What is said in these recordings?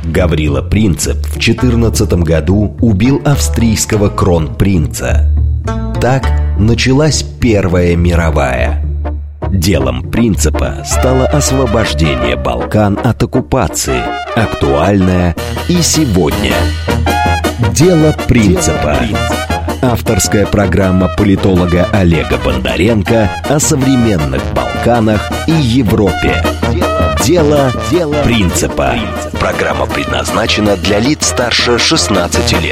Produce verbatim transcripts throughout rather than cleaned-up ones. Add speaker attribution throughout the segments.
Speaker 1: Гаврила Принцип в четырнадцатом году убил австрийского кронпринца. Так началась Первая мировая. Делом Принципа стало освобождение Балкан от оккупации, актуальное и сегодня. Дело Принципа. Авторская программа политолога Олега Бондаренко о современных Балканах и Европе. Дело, Дело Принципа. Программа предназначена для лиц старше шестнадцати лет.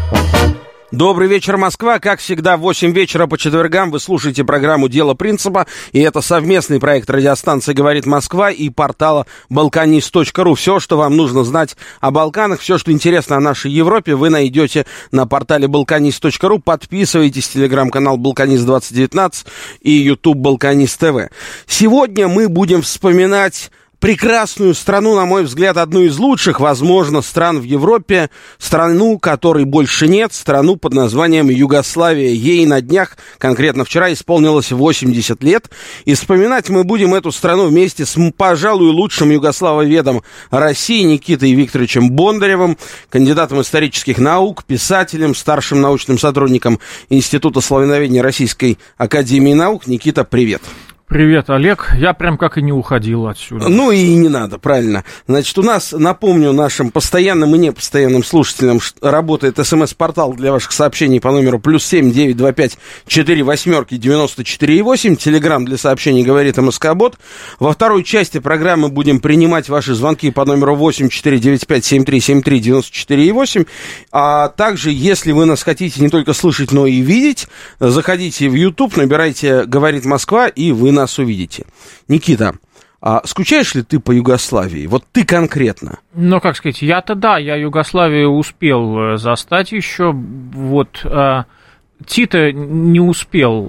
Speaker 2: Добрый вечер, Москва. Как всегда, в восемь вечера по четвергам вы слушаете программу «Дело Принципа». И это совместный проект радиостанции «Говорит Москва» и портала балканист точка ру. Все, что вам нужно знать о Балканах, все, что интересно о нашей Европе, вы найдете на портале балканист точка ру. Подписывайтесь, телеграм-канал «Балканист двадцать девятнадцать» и YouTube «Балканист ТВ». Сегодня мы будем вспоминать прекрасную страну, на мой взгляд, одну из лучших, возможно, стран в Европе, страну, которой больше нет, страну под названием Югославия. Ей на днях, конкретно вчера, исполнилось восемьдесят лет. И вспоминать мы будем эту страну вместе с, пожалуй, лучшим югославоведом России Никитой Викторовичем Бондаревым, кандидатом исторических наук, писателем, старшим научным сотрудником Института славяноведения Российской академии наук. Никита, привет.
Speaker 3: Привет, Олег. Я прям как и не уходил отсюда.
Speaker 2: Ну и не надо, правильно. Значит, у нас, напомню, нашим постоянным и непостоянным слушателям работает СМС-портал для ваших сообщений по номеру плюс семь девять два пять четыре восьмерки девяносто четыре восемь. Телеграм для сообщений говорит МСК-бот. Во второй части программы будем принимать ваши звонки по номеру восемь четыре девять пять семь три семь три девяносто четыре восемь. А также, если вы нас хотите не только слышать, но и видеть, заходите в YouTube, набирайте «Говорит Москва», и вы нас увидите. Никита, а скучаешь ли ты по Югославии? Вот ты конкретно.
Speaker 3: Ну, как сказать, я-то да, я Югославию успел застать еще. Вот а, Тита не успел.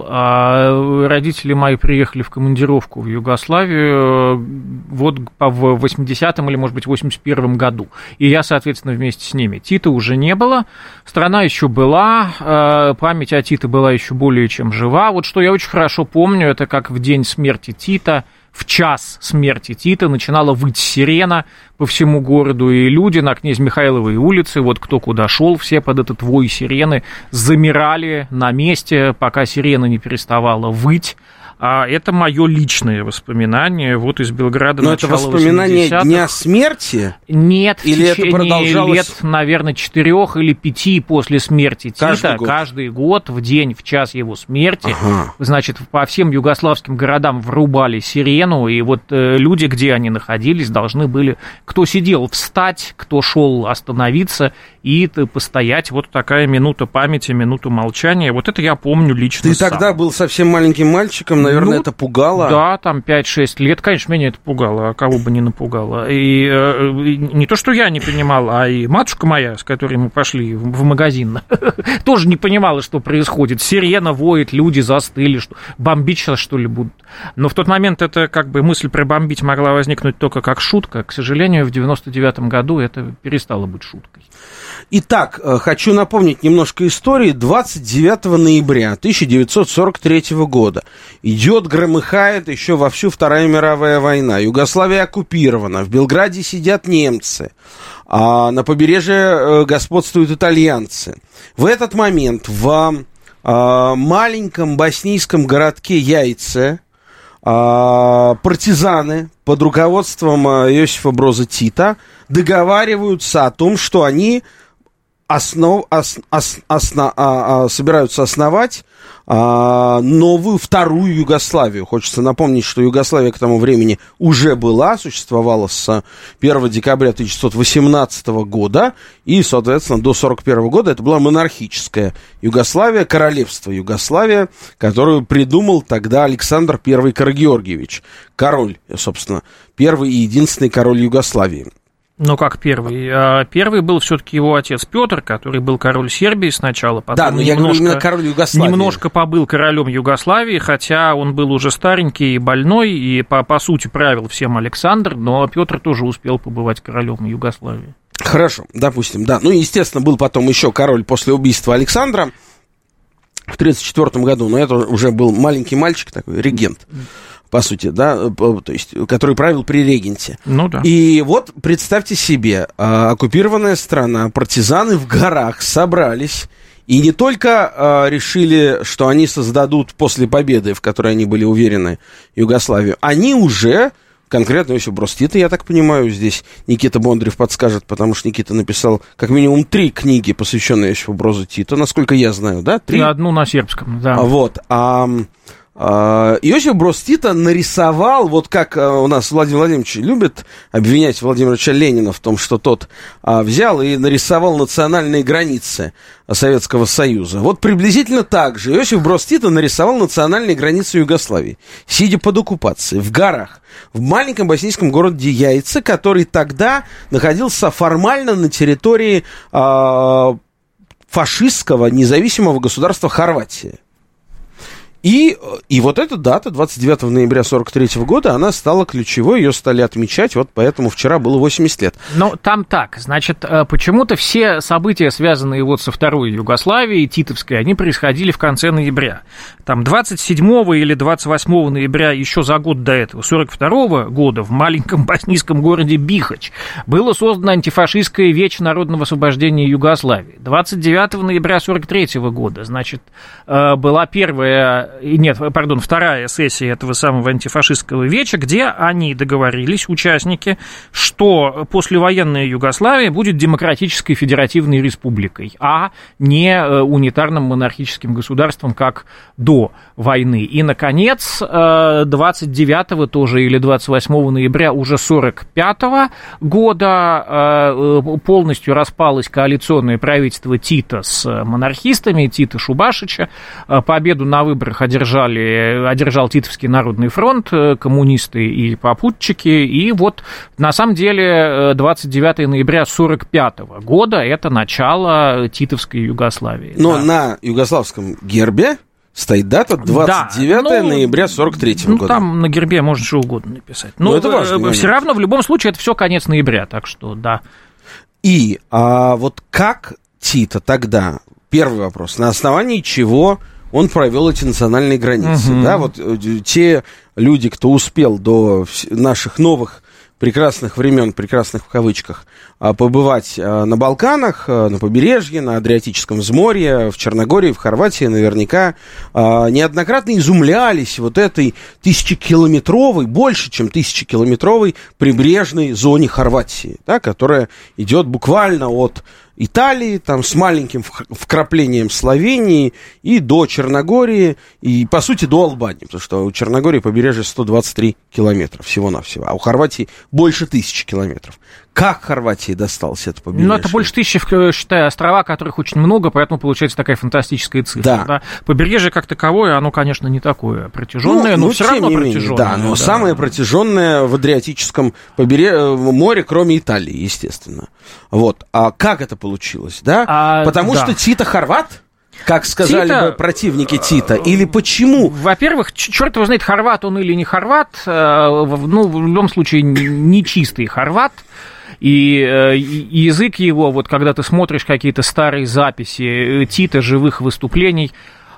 Speaker 3: А родители мои приехали в командировку в Югославию вот в восьмидесятом или, может быть, восемьдесят первом году. И я, соответственно, вместе с ними. Тита уже не было, страна еще была, память о Тита была еще более чем жива. Вот что я очень хорошо помню, это как в день смерти Тита, в час смерти Тита начинала выть сирена по всему городу, и люди на Князь Михайловой улице, вот кто куда шел, все под этот вой сирены замирали на месте, пока сирена не переставала выть. А это мое личное воспоминание вот из Белграда.
Speaker 2: Но это воспоминание
Speaker 3: восьмидесятых.
Speaker 2: Дня смерти?
Speaker 3: Нет,
Speaker 2: или
Speaker 3: в течение
Speaker 2: это продолжалось...
Speaker 3: лет, наверное, четырех или пяти после смерти
Speaker 2: каждый
Speaker 3: Тита,
Speaker 2: год.
Speaker 3: каждый год, в день, в час его смерти,
Speaker 2: ага.
Speaker 3: значит, по всем югославским городам врубали сирену, и вот э, люди, где они находились, должны были, кто сидел, встать, кто шел, остановиться и постоять. Вот такая минута памяти, минута молчания. Вот это я помню лично
Speaker 2: Ты
Speaker 3: сам.
Speaker 2: тогда был совсем маленьким мальчиком, наверное, ну, это пугало.
Speaker 3: Да, там пять-шесть лет, конечно, меня это пугало, а кого бы не напугало. И, и не то, что я не понимал, а и матушка моя, с которой мы пошли в, в магазин, тоже не понимала, что происходит. Сирена воет, люди застыли, что бомбить сейчас, что ли, будут. Но в тот момент это как бы мысль про бомбить могла возникнуть только как шутка. К сожалению, в девяносто девятом году это перестало быть шуткой.
Speaker 2: Итак, хочу напомнить немножко истории. двадцать девятого ноября тысяча девятьсот сорок третьего года идет, громыхает еще вовсю Вторая мировая война. Югославия оккупирована, в Белграде сидят немцы, а на побережье господствуют итальянцы. В этот момент в маленьком боснийском городке Яйце партизаны под руководством Иосифа Броза Тита договариваются о том, что они основ, ос, ос, осно, а, а, собираются основать а, новую, вторую Югославию. Хочется напомнить, что Югославия к тому времени уже была, существовала с первого декабря тысяча девятьсот восемнадцатого года, и, соответственно, до сорок первого года это была монархическая Югославия, королевство Югославия, которую придумал тогда Александр Первый Карагеоргиевич, король, собственно, первый и единственный король Югославии.
Speaker 3: Ну, как первый? Первый был все-таки его отец Петр, который был король Сербии сначала, потом
Speaker 2: да, но я
Speaker 3: немножко,
Speaker 2: говорю именно король Югославии.
Speaker 3: Немножко побыл королем Югославии, хотя он был уже старенький и больной, и по, по сути правил всем Александр, но Петр тоже успел побывать королем Югославии.
Speaker 2: Хорошо, допустим, да. Ну, естественно, был потом еще король после убийства Александра в тридцать четвёртом году, но это уже был маленький мальчик такой, регент. по сути, да, то есть, который правил при регенте.
Speaker 3: Ну да.
Speaker 2: И вот представьте себе, оккупированная страна, партизаны в горах собрались и не только решили, что они создадут после победы, в которой они были уверены, Югославию, они уже... Конкретно Иосиф Брос Тито, я так понимаю, здесь Никита Бондарев подскажет, потому что Никита написал как минимум три книги, посвященные Иосифу Брозу Тито, насколько я знаю, да? Три?
Speaker 3: И одну на сербском, да.
Speaker 2: Вот. А, а, Иосиф Брос Тито нарисовал, вот как у нас Владимир Владимирович любит обвинять Владимира Ильича Ленина в том, что тот а, взял и нарисовал национальные границы Советского Союза. Вот приблизительно так же Иосиф Брос Тито нарисовал национальные границы Югославии, сидя под оккупацией, в горах, в маленьком боснийском городе Яйце, который тогда находился формально на территории э, фашистского независимого государства Хорватия. И, и вот эта дата, двадцать девятого ноября сорок третьего года, она стала ключевой, ее стали отмечать, вот поэтому вчера было восемьдесят лет.
Speaker 3: Но там так, значит, почему-то все события, связанные вот со второй Югославией, титовской, они происходили в конце ноября. Там двадцать седьмого или двадцать восьмого ноября, еще за год до этого, сорок второго года, в маленьком боснийском городе Бихач было создано антифашистское вече народного освобождения Югославии. двадцать девятого ноября сорок третьего года, значит, была первая... Нет, пардон, вторая сессия этого самого антифашистского веча, где они договорились, участники, что послевоенная Югославия будет демократической федеративной республикой, а не унитарным монархическим государством, как до войны. И, наконец, двадцать девятого тоже или двадцать восьмого ноября уже сорок пятого года полностью распалось коалиционное правительство Тита с монархистами, Тита Шубашича. Победу на выборах одержали, одержал Титовский народный фронт, коммунисты и попутчики, и вот на самом деле двадцать девятого ноября сорок пятого года это начало Титовской Югославии.
Speaker 2: Но
Speaker 3: да.
Speaker 2: На югославском гербе стоит дата двадцать девятого ноября сорок третьего
Speaker 3: ну,
Speaker 2: года.
Speaker 3: Там на гербе можно что угодно написать. Но,
Speaker 2: Но это важно.
Speaker 3: Все равно в любом случае это все конец ноября, так что да.
Speaker 2: И а, вот как Тито тогда, первый вопрос, на основании чего он провел эти национальные границы, угу. да, вот те люди, кто успел до наших новых прекрасных времен, прекрасных в кавычках, побывать на Балканах, на побережье, на Адриатическом взморье, в Черногории, в Хорватии, наверняка неоднократно изумлялись вот этой тысячекилометровой, больше, чем тысячекилометровой прибрежной зоне Хорватии, да, которая идет буквально от Италии, там, с маленьким вкраплением Словении и до Черногории, и, по сути, до Албании, потому что у Черногории побережье сто двадцать три километра всего-навсего, а у Хорватии больше тысячи километров. Как Хорватии досталось это побережье?
Speaker 3: Ну, это больше тысячи, считая острова, которых очень много, поэтому получается такая фантастическая цифра.
Speaker 2: Да.
Speaker 3: Да? Побережье как таковое, оно, конечно, не такое протяженное, ну, но все равно протяженное.
Speaker 2: Да, но да. Самое протяженное в Адриатическом побережье, море, кроме Италии, естественно. Вот. А как это получилось, да? А, Потому да. что Тито хорват? Как сказали Тито, бы противники Тита, или почему?
Speaker 3: Во-первых, черт его знает, хорват он или не хорват, ну, в любом случае, не чистый хорват. И, и язык его, вот когда ты смотришь какие-то старые записи Тита, живых выступлений,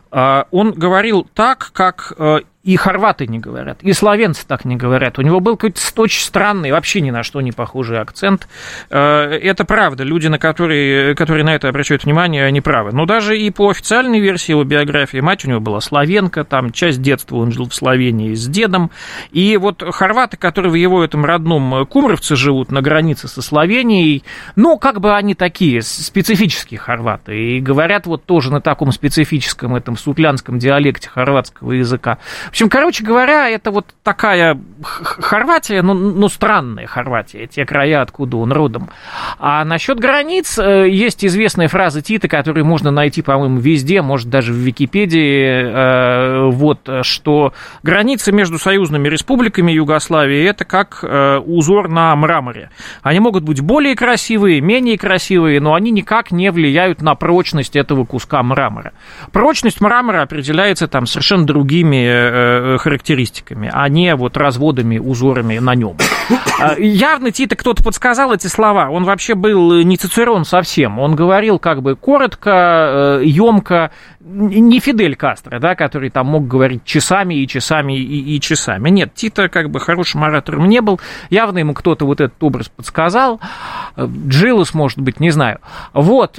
Speaker 3: он говорил так, как и хорваты не говорят, и словенцы так не говорят. У него был какой-то очень странный, вообще ни на что не похожий акцент. Это правда, люди, на которые, которые на это обращают внимание, они правы. Но даже и по официальной версии его биографии, мать у него была словенка, там часть детства он жил в Словении с дедом. И вот хорваты, которые в его этом родном Кумровце живут на границе со Словенией, ну, как бы они такие, специфические хорваты, и говорят вот тоже на таком специфическом, этом сутлянском диалекте хорватского языка. В общем, короче говоря, это вот такая Хорватия, ну, ну, странная Хорватия, те края, откуда он родом. А насчет границ, есть известная фраза Тита, которую можно найти, по-моему, везде, может, даже в Википедии, вот, что границы между союзными республиками Югославии – это как узор на мраморе. Они могут быть более красивые, менее красивые, но они никак не влияют на прочность этого куска мрамора. Прочность мрамора определяется там совершенно другими характеристиками, а не вот разводами, узорами на нем. Явно Тито кто-то подсказал эти слова. Он вообще был не Цицерон совсем. Он говорил как бы коротко, емко, не Фидель Кастро, да, который там мог говорить часами и часами и, и часами. Нет, Тито как бы хорошим оратором не был. Явно ему кто-то вот этот образ подсказал. Джилус, может быть, не знаю. Вот.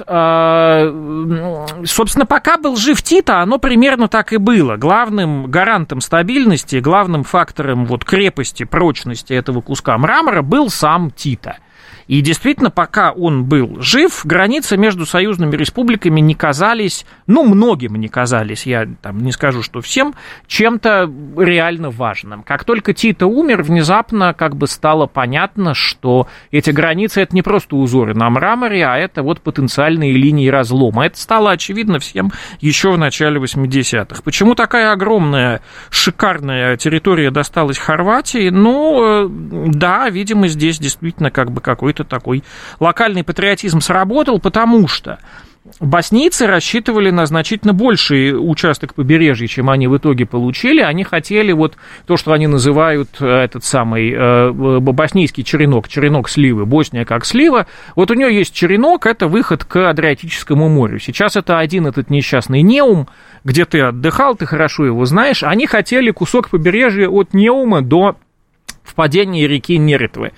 Speaker 3: Собственно, пока был жив Тито, оно примерно так и было. Главным гарантом стабильности, главным фактором вот крепости, прочности этого куска мрамора был сам Тито. И действительно, пока он был жив, границы между союзными республиками не казались, ну, многим не казались, я там не скажу, что всем, чем-то реально важным. Как только Тито умер, внезапно как бы стало понятно, что эти границы — это не просто узоры на мраморе, а это вот потенциальные линии разлома. Это стало очевидно всем еще в начале восьмидесятых. Почему такая огромная, шикарная территория досталась Хорватии? Ну, да, видимо, здесь действительно как бы какой-то такой локальный патриотизм сработал, потому что боснийцы рассчитывали на значительно больший участок побережья, чем они в итоге получили. Они хотели вот то, что они называют этот самый э, боснийский черенок, черенок сливы, Босния как слива. Вот у нее есть черенок, это выход к Адриатическому морю. Сейчас это один этот несчастный Неум, где ты отдыхал, ты хорошо его знаешь. Они хотели кусок побережья от Неума до впадение реки Неретвы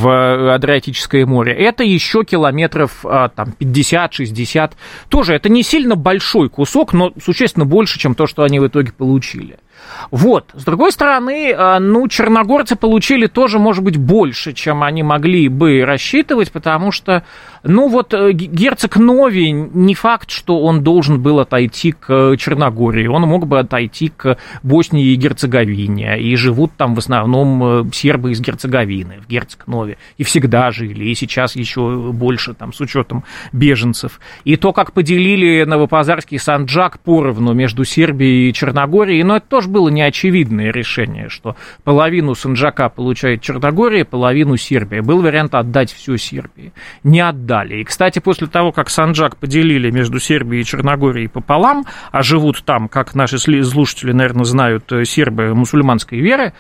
Speaker 3: в Адриатическое море. Это еще километров там, пятьдесят-шестьдесят. Тоже это не сильно большой кусок, но существенно больше, чем то, что они в итоге получили. Вот. С другой стороны, ну, черногорцы получили тоже, может быть, больше, чем они могли бы рассчитывать, потому что, ну, вот герцог Нови, не факт, что он должен был отойти к Черногории, он мог бы отойти к Боснии и Герцеговине, и живут там в основном сербы из Герцеговины, в герцог Нови, и всегда жили, и сейчас еще больше, там, с учетом беженцев. И то, как поделили Новопазарский Санджак поровну между Сербией и Черногорией, ну, это тоже было неочевидное решение, что половину Санджака получает Черногория, половину Сербия. Был вариант отдать все Сербии. Не отдали. И, кстати, после того, как Санджак поделили между Сербией и Черногорией пополам, а живут там, как наши слушатели, наверное, знают, сербы мусульманской веры,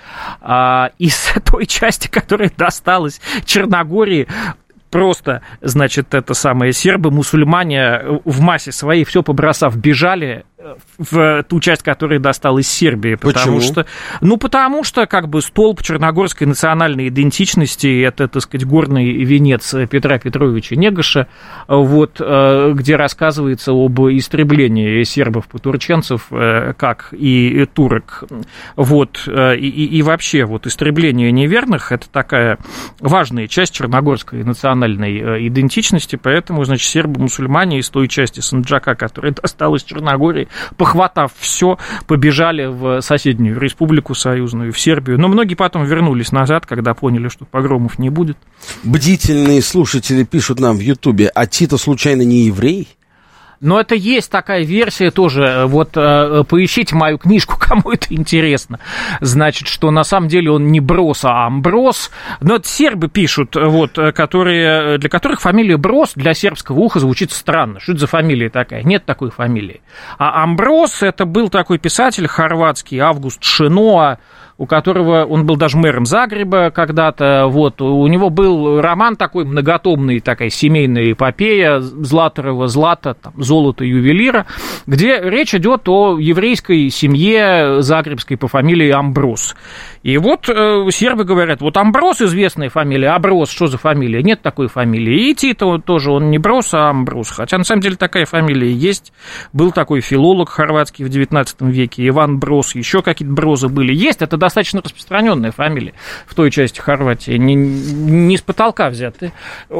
Speaker 3: из той части, которая досталась Черногории, просто, значит, это самое, сербы-мусульмане в массе своей, все побросав, бежали в ту часть, которая досталась Сербии. Потому
Speaker 2: Почему?
Speaker 3: что, ну, потому что, как бы, столб черногорской национальной идентичности, это, так сказать, горный венец Петра Петровича Негоша, вот, где рассказывается об истреблении сербов-потурченцев, как и турок. Вот, и, и, и вообще, вот, истребление неверных, это такая важная часть черногорской национальной идентичности, поэтому, значит, сербы-мусульмане из той части Санджака, которая досталась Черногории, похватав все, побежали в соседнюю республику союзную, в Сербию. Но многие потом вернулись назад, когда поняли, что погромов не будет.
Speaker 2: Бдительные слушатели пишут нам в Ютубе: а Тито случайно не еврей?
Speaker 3: Но это есть такая версия тоже, вот поищите мою книжку, кому это интересно, значит, что на самом деле он не Брос, а Амброс, но это сербы пишут, вот, которые, для которых фамилия Брос для сербского уха звучит странно, что это за фамилия такая, нет такой фамилии, а Амброс это был такой писатель хорватский, Август Шиноа, у которого, он был даже мэром Загреба когда-то, вот, у него был роман такой многотомный, такая семейная эпопея Златорова Злата, там, золото ювелира, где речь идет о еврейской семье загребской по фамилии Амброс. И вот э, сербы говорят, вот Амброс известная фамилия, а Брос, что за фамилия? Нет такой фамилии. И Тито тоже, он не Брос, а Амброс. Хотя на самом деле такая фамилия есть. Был такой филолог хорватский в девятнадцатом веке, Иван Брос, еще какие-то Брозы были. Есть, это достаточно распространенная фамилия в той части Хорватии, не, не с потолка взятые.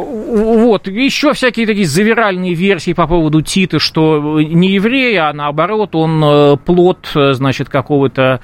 Speaker 3: Вот, еще всякие такие завиральные версии по поводу Тита, что не еврей, а наоборот, он плод, значит, какого-то,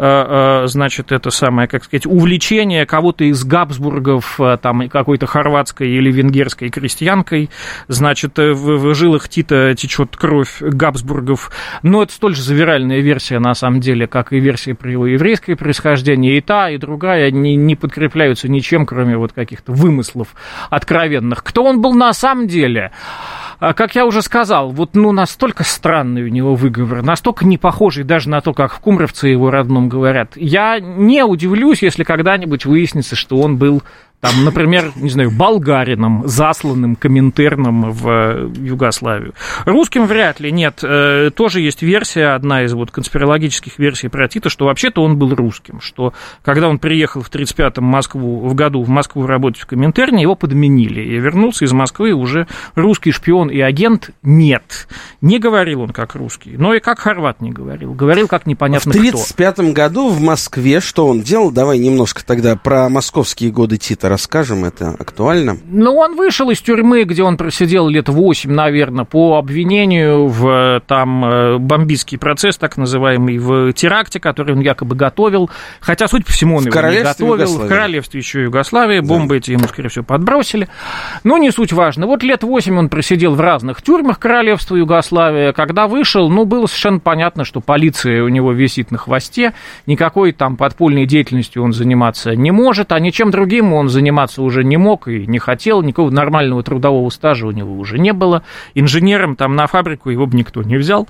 Speaker 3: значит, это самое, как сказать, увлечение кого-то из Габсбургов, там, какой-то хорватской или венгерской крестьянкой, значит, в, в жилах Тита течет кровь Габсбургов. Но это столь же завиральная версия, на самом деле, как и версия про его еврейское происхождение. И та, и другая не, не подкрепляются ничем, кроме вот каких-то вымыслов откровенных. Кто он был на самом деле? Как я уже сказал, вот, ну, настолько странный у него выговор, настолько не похожий даже на то, как в Кумровце его родном говорят. Я не удивлюсь, если когда-нибудь выяснится, что он был там, например, не знаю, болгарином, засланным Коминтерном в Югославию. Русским вряд ли, нет. Тоже есть версия, одна из вот конспирологических версий про Тита, что вообще-то он был русским, что когда он приехал в тридцать пятом Москву, в году в Москву работать в Коминтерне, его подменили, и вернулся из Москвы уже русский шпион и агент. Нет, не говорил он как русский, но и как хорват не говорил, говорил как непонятно кто.
Speaker 2: В тридцать пятом году в Москве что он делал? Давай немножко тогда про московские годы Тита расскажем, это актуально.
Speaker 3: Ну, он вышел из тюрьмы, где он просидел лет восемь, наверное, по обвинению в там бомбистский процесс, так называемый, в теракте, который он якобы готовил, хотя, судя по всему, он в его не готовил. Югославии. В королевстве еще Югославии, бомбы да. эти ему, скорее всего, подбросили. Но не суть важно. Вот лет восемь он просидел в разных тюрьмах королевства Югославии. Когда вышел, ну, было совершенно понятно, что полиция у него висит на хвосте, никакой там подпольной деятельностью он заниматься не может, а ничем другим он заниматься уже не мог и не хотел, никакого нормального трудового стажа у него уже не было. Инженером там на фабрику его бы никто не взял.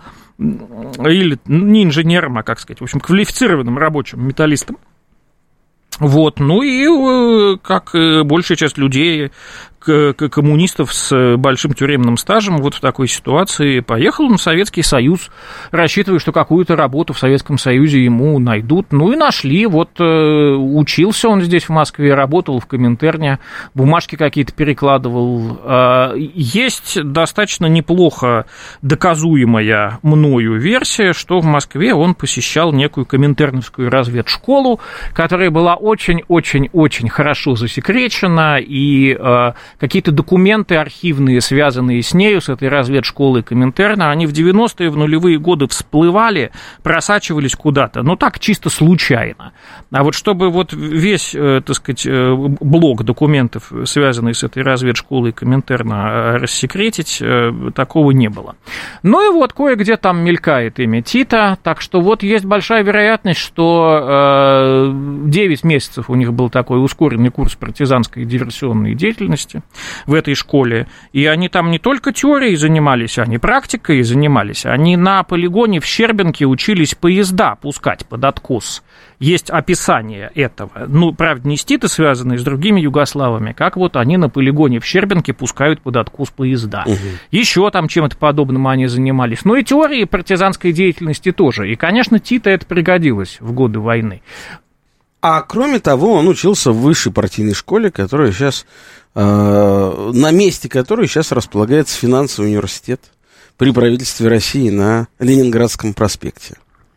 Speaker 3: Или не инженером, а, как сказать, в общем, квалифицированным рабочим, металлистом. Вот, ну и как большая часть людей, коммунистов с большим тюремным стажем, вот в такой ситуации поехал на Советский Союз, рассчитывая, что какую-то работу в Советском Союзе ему найдут. Ну и нашли, вот учился он здесь в Москве, работал в Коминтерне, бумажки какие-то перекладывал. Есть достаточно неплохо доказуемая мною версия, что в Москве он посещал некую коминтерновскую разведшколу, которая была очень-очень-очень хорошо засекречена, и какие-то документы архивные, связанные с нею, с этой разведшколой Коминтерна, они в девяностые, в нулевые годы всплывали, просачивались куда-то, но так чисто случайно. А вот чтобы вот весь, так сказать, блок документов, связанный с этой разведшколой Коминтерна, рассекретить, такого не было. Ну и вот кое-где там мелькает имя Тита, так что вот есть большая вероятность, что девять месяцев у них был такой ускоренный курс партизанской диверсионной деятельности в этой школе, и они там не только теорией занимались, они практикой занимались, они на полигоне в Щербинке учились поезда пускать под откос. Есть описание этого, ну, правда, не с Тита, связанные с другими югославами, как вот они на полигоне в Щербинке пускают под откос поезда. Угу. Еще там чем-то подобным они занимались. Ну и теории партизанской деятельности тоже. И, конечно, Тита это пригодилось в годы войны.
Speaker 2: А кроме того, он учился в высшей партийной школе, которая сейчас, э, на месте которой сейчас располагается финансовый университет при правительстве России на Ленинградском проспекте.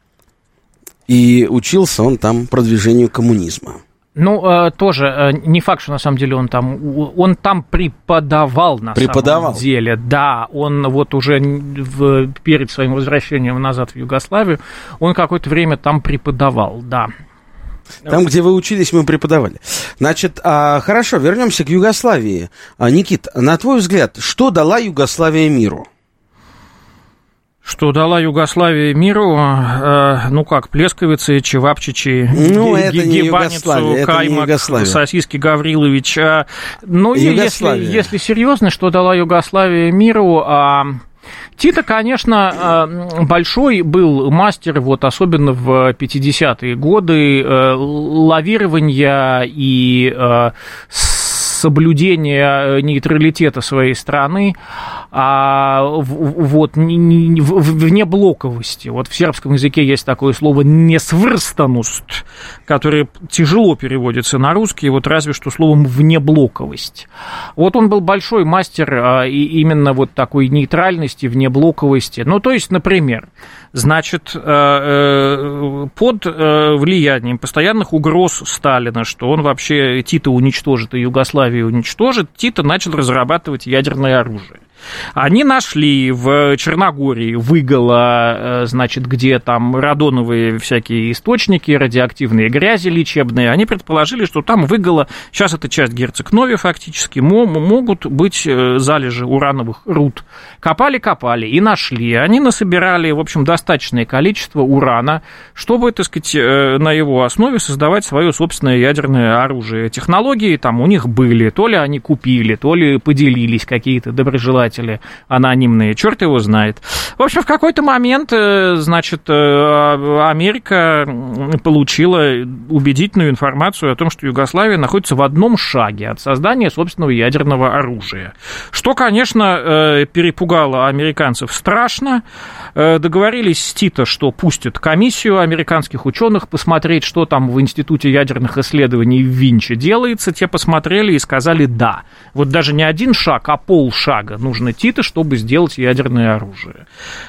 Speaker 2: И учился он там продвижению коммунизма.
Speaker 3: Ну, тоже не факт, что на самом деле он там, он там преподавал на
Speaker 2: преподавал.
Speaker 3: самом деле. Да, он вот уже в, перед своим возвращением назад в Югославию, он какое-то время там преподавал, да.
Speaker 2: Там, где вы учились, мы преподавали. Значит, а, хорошо, вернемся к Югославии. А, Никит, на твой взгляд, что дала Югославия миру?
Speaker 3: Что дала Югославия миру? Э, ну как, плесковицы, чевапчичи,
Speaker 2: ну, г- г- гебаницу,
Speaker 3: каймак, сосиски Гаврилович. А, ну, если, если серьезно, что дала Югославия миру... А... Тита, конечно, большой был мастер, вот, особенно в пятидесятые годы, лавирования и соблюдения нейтралитета своей страны, а, вот, вне блоковости. Вот в сербском языке есть такое слово «несврстануст», которое тяжело переводится на русский, вот разве что словом «внеблоковость». Вот он был большой мастер и именно вот такой нейтральности, внеблоковости. Ну, то есть, например, значит, под влиянием постоянных угроз Сталина, что он вообще Тита уничтожит и Югославию уничтожит, Тита начал разрабатывать ядерное оружие. Они нашли в Черногории выгало, значит, где там радоновые всякие источники, радиоактивные грязи лечебные. Они предположили, что там выгало, сейчас это часть Герцег-Нови фактически, могут быть залежи урановых руд. Копали-копали и нашли. Они насобирали, в общем, достаточное количество урана, чтобы, так сказать, на его основе создавать свое собственное ядерное оружие. Технологии там у них были, то ли они купили, то ли поделились какие-то доброжелатели читатели анонимные, черт его знает. В общем, в какой-то момент, значит, Америка получила убедительную информацию о том, что Югославия находится в одном шаге от создания собственного ядерного оружия. Что, конечно, перепугало американцев страшно. Договорились с Тито, что пустят комиссию американских ученых посмотреть, что там в Институте ядерных исследований в Винче делается. Те посмотрели и сказали «да». Вот даже не один шаг, а полшага нужно Тито, чтобы сделать ядерное оружие.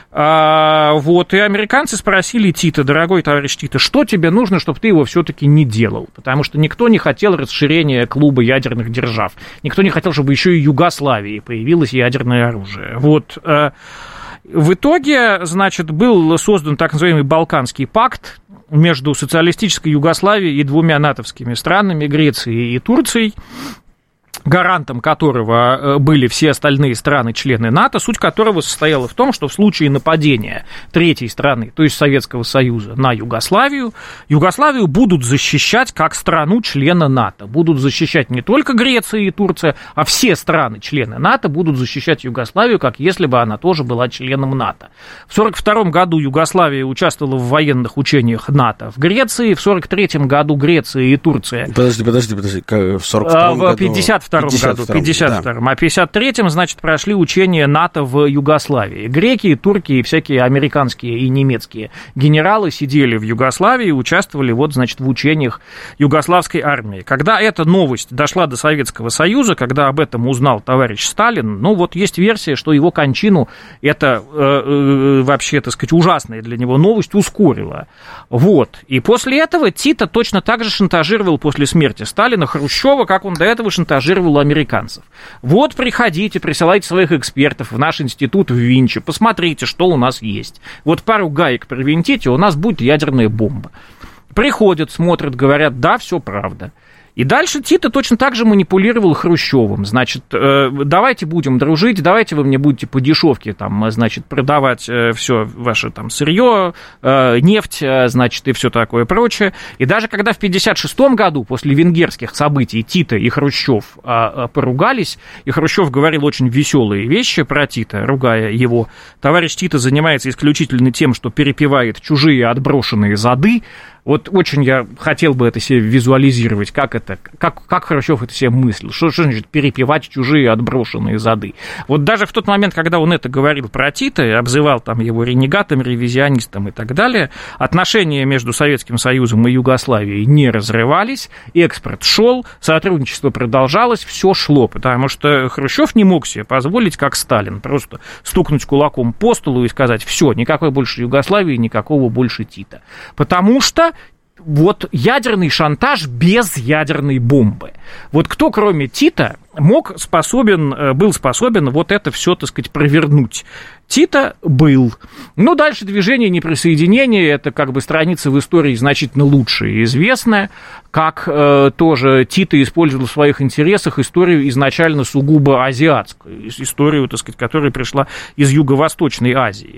Speaker 3: А, вот, и американцы спросили Тито: дорогой товарищ Тито, что тебе нужно, чтобы ты его все-таки не делал? Потому что никто не хотел расширения клуба ядерных держав. Никто не хотел, чтобы еще и Югославии появилось ядерное оружие. Вот. В итоге, значит, был создан так называемый Балканский пакт между социалистической Югославией и двумя натовскими странами, Грецией и Турцией, гарантом которого были все остальные страны-члены НАТО, суть которого состояла в том, что в случае нападения третьей страны, то есть Советского Союза, на Югославию, Югославию будут защищать как страну-члена НАТО. Будут защищать не только Греция и Турция, а все страны-члены НАТО будут защищать Югославию, как если бы она тоже была членом НАТО. В сорок втором году Югославия участвовала в военных учениях НАТО в Греции, в сорок третьем году Греция и Турция...
Speaker 2: Подожди, подожди, подожди, в сорок втором году...
Speaker 3: В пятьдесят втором году, в пятьдесят втором, да. А в пятьдесят третьем, значит, прошли учения НАТО в Югославии. Греки, турки и всякие американские и немецкие генералы сидели в Югославии и участвовали, вот, значит, в учениях югославской армии. Когда эта новость дошла до Советского Союза, когда об этом узнал товарищ Сталин, ну, вот есть версия, что его кончину это э, э, вообще, так сказать, ужасная для него новость ускорила. Вот. И после этого Тито точно так же шантажировал после смерти Сталина Хрущева, как он до этого шантажировал у американцев. Вот приходите, присылайте своих экспертов в наш институт в Винче, посмотрите, что у нас есть. Вот пару гаек привинтите, у нас будет ядерная бомба. Приходят, смотрят, говорят, да, все правда. И дальше Тито точно так же манипулировал Хрущевым. Значит, давайте будем дружить, давайте вы мне будете по дешевке там, значит, продавать все ваше там сырье, нефть, значит, и все такое прочее. И даже когда в пятьдесят шестом году, после венгерских событий, Тито и Хрущев поругались, и Хрущев говорил очень веселые вещи про Тито, ругая его, товарищ Тито занимается исключительно тем, что перепевает чужие отброшенные зады. Вот очень я хотел бы это себе визуализировать, как это, как, как Хрущев это себе мыслил, что, что значит перепевать чужие отброшенные зады. Вот даже в тот момент, когда он это говорил про Тито и обзывал там его ренегатом, ревизионистом и так далее, отношения между Советским Союзом и Югославией не разрывались, экспорт шел, сотрудничество продолжалось, все шло, потому что Хрущев не мог себе позволить, как Сталин, просто стукнуть кулаком по столу и сказать: все, никакой больше Югославии, никакого больше Тито. Потому что вот ядерный шантаж без ядерной бомбы. Вот кто, кроме Тито, мог способен, был способен вот это все, так сказать, провернуть? Тито был. Ну, дальше движение неприсоединения, это как бы страница в истории значительно лучше и известная, как э, тоже Тито использовал в своих интересах историю изначально сугубо азиатскую, историю, так сказать, которая пришла из Юго-Восточной Азии.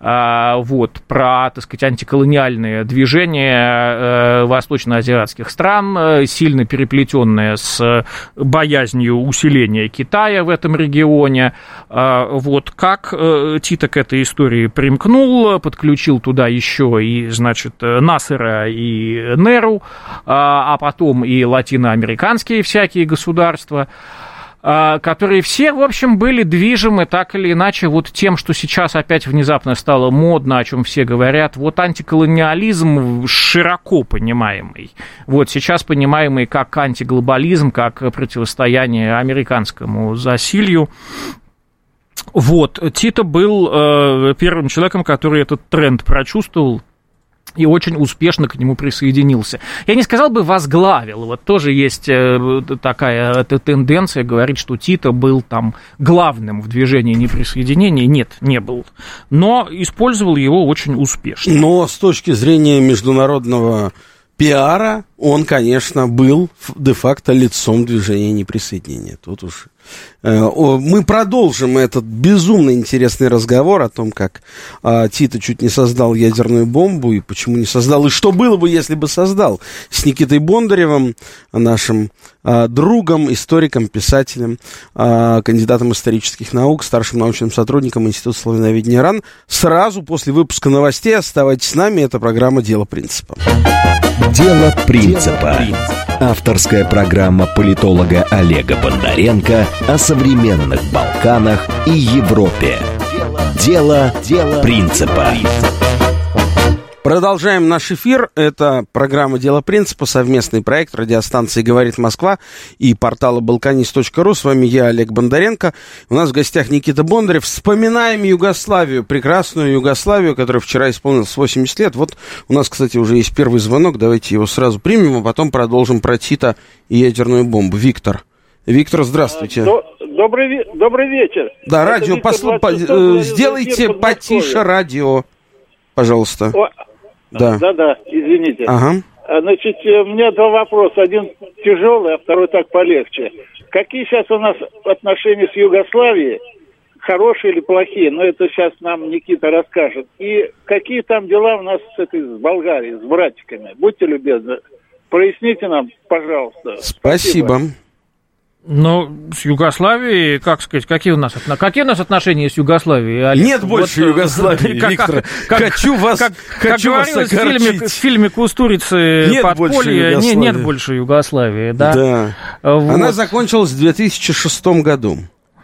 Speaker 3: А, вот, про, так сказать, антиколониальное движение э, восточноазиатских стран, э, сильно переплетенное с боязнью усиления Китая в этом регионе. А, вот, как э, Тито к этой истории примкнул, подключил туда еще и, значит, Насера и Неру, а потом и латиноамериканские всякие государства, которые все, в общем, были движимы так или иначе вот тем, что сейчас опять внезапно стало модно, о чем все говорят, вот антиколониализм широко понимаемый, вот сейчас понимаемый как антиглобализм, как противостояние американскому засилью. Вот, Тито был э, первым человеком, который этот тренд прочувствовал и очень успешно к нему присоединился. Я не сказал бы возглавил, вот тоже есть э, такая тенденция говорить, что Тито был там главным в движении неприсоединения. Нет, не был, но использовал его очень успешно.
Speaker 2: Но с точки зрения международного пиара он, конечно, был де-факто лицом движения неприсоединения. Тут уж Мы продолжим этот безумно интересный разговор о том, как Тито чуть не создал ядерную бомбу, и почему не создал, и что было бы, если бы создал, с Никитой Бондаревым, нашим другом, историком, писателем, кандидатом исторических наук, старшим научным сотрудником Института славяноведения РАН. Сразу после выпуска новостей оставайтесь с нами, это программа «Дело принципа».
Speaker 1: «Дело принципа». Авторская программа политолога Олега Бондаренко о современных Балканах и Европе. Дело, Дело принципа.
Speaker 2: Продолжаем наш эфир. Это программа «Дело принципа», совместный проект радиостанции «Говорит Москва» и портала балканист точка ру. С вами я, Олег Бондаренко. У нас в гостях Никита Бондарев. Вспоминаем Югославию, прекрасную Югославию, которая вчера исполнилась восемьдесят лет. Вот у нас, кстати, уже есть первый звонок. Давайте его сразу примем, а потом продолжим про Тито и ядерную бомбу. Виктор. Виктор, здравствуйте.
Speaker 4: Добрый, добрый вечер.
Speaker 2: Да, Это радио, послу... по... сделайте потише радио, пожалуйста. О... Да.
Speaker 4: да, да, извините.
Speaker 2: Ага.
Speaker 4: Значит, у меня два вопроса. Один тяжелый, а второй так полегче. Какие сейчас у нас отношения с Югославией? Хорошие или плохие? Но это сейчас нам Никита расскажет. И какие там дела у нас с этой с Болгарией, с братиками? Будьте любезны, проясните нам, пожалуйста.
Speaker 2: Спасибо. Спасибо.
Speaker 3: Ну, с Югославией, как сказать, какие у нас, какие у нас отношения с Югославией, Олег?
Speaker 2: Нет больше вот, Югославии, как, Виктор. Как, хочу вас, как, хочу как вас
Speaker 3: говорилось в фильме, в фильме Кустурицы
Speaker 2: нет
Speaker 3: «Подполье», не, нет больше Югославии, да?
Speaker 2: Да. Вот. Она закончилась в две тысячи шестом году,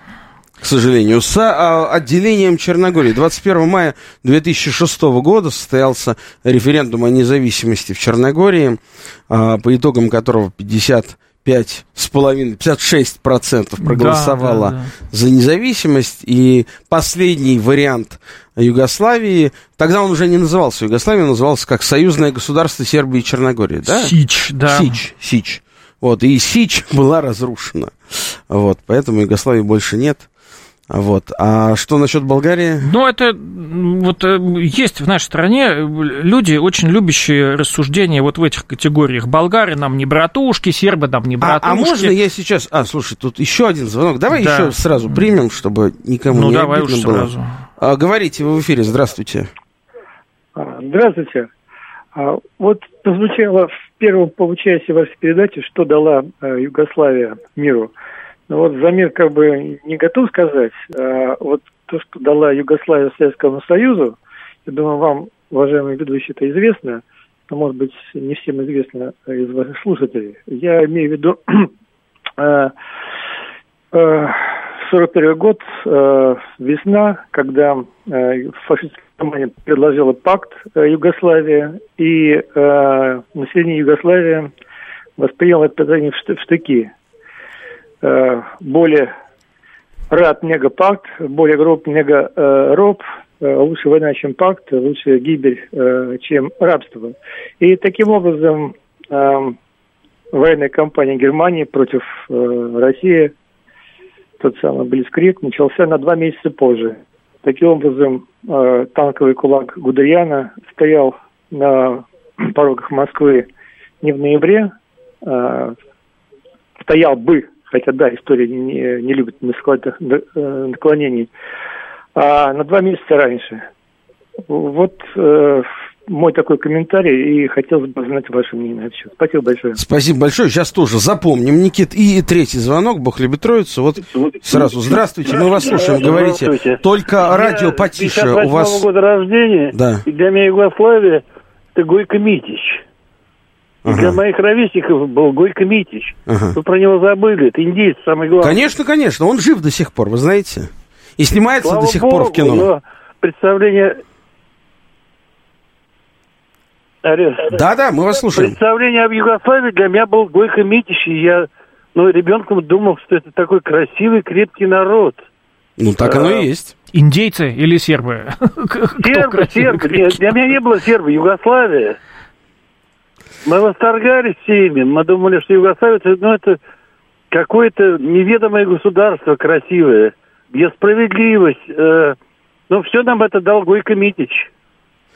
Speaker 2: к сожалению, с а, отделением Черногории. двадцать первого мая две тысячи шестого года состоялся референдум о независимости в Черногории, а, по итогам которого пятьдесят пять с половиной, пятьдесят шесть процентов проголосовало да, да, да. за независимость, и последний вариант Югославии, тогда он уже не назывался Югославией, он назывался как Союзное государство Сербии и Черногории, да?
Speaker 3: Сич, да.
Speaker 2: Сич, Сич. Вот, и Сич была разрушена, вот, поэтому Югославии больше нет. Вот. А что насчет Болгарии?
Speaker 3: Ну, это вот есть в нашей стране люди, очень любящие рассуждения вот в этих категориях. Болгары нам не братушки, сербы нам не братушки.
Speaker 2: А, а можно я сейчас... А, слушай, тут еще один звонок. Давай да. еще сразу примем, чтобы никому ну, не давай обидно уж было. Сразу. А, говорите, вы в эфире, здравствуйте.
Speaker 5: Здравствуйте. Вот прозвучало в первом получасе вашей передачи, что дала Югославия миру. Ну вот замер как бы не готов сказать, а вот то, что дала Югославия Советскому Союзу, я думаю, вам, уважаемые ведущие, это известно, но, может быть, не всем известно из ваших слушателей. Я имею в виду сорок первый год, весна, когда фашистская Германия предложила пакт Югославии, и население Югославии восприняло это предложение в штыки. Более рад мегапакт, более гроб мегароб, лучше война, чем пакт, лучше гибель, чем рабство. И таким образом военная кампания Германии против России, тот самый Блицкриг, начался на два месяца позже. Таким образом, танковый кулак Гудериана стоял на порогах Москвы не в ноябре, стоял бы, хотя, да, история не, не любит наклонений, а на два месяца раньше. Вот э, мой такой комментарий, и хотелось бы знать ваше мнение на это. Спасибо большое.
Speaker 2: Спасибо большое. Сейчас тоже запомним, Никит. И третий звонок, Бог любит Троицу. Вот сразу. Здравствуйте, мы вас слушаем. Говорите. Только я радио потише. У вас...
Speaker 4: года рождения,
Speaker 2: да.
Speaker 4: И для меня Югославия — это Гойко Митич. И ага. для моих ровесников был Гойко Митич. Ага. Вы про него забыли. Это индеец, самый главный.
Speaker 2: Конечно, конечно. Он жив до сих пор, вы знаете. И снимается Слава до сих Богу, пор в кино.
Speaker 4: Но представление...
Speaker 2: Да-да, мы вас слушаем.
Speaker 4: Представление об Югославии для меня был Гойко Митич. И я, ну, ребенком думал, что это такой красивый, крепкий народ.
Speaker 2: Ну, так а... оно и есть.
Speaker 3: Индейцы или сербы?
Speaker 4: Сербы, сербы. Нет, для меня не было сербы. Югославия. Мы восторгались всеми. Мы думали, что Югославия, ну, это какое-то неведомое государство красивое, где справедливость. Э, ну, все нам это дал Гойко Митич.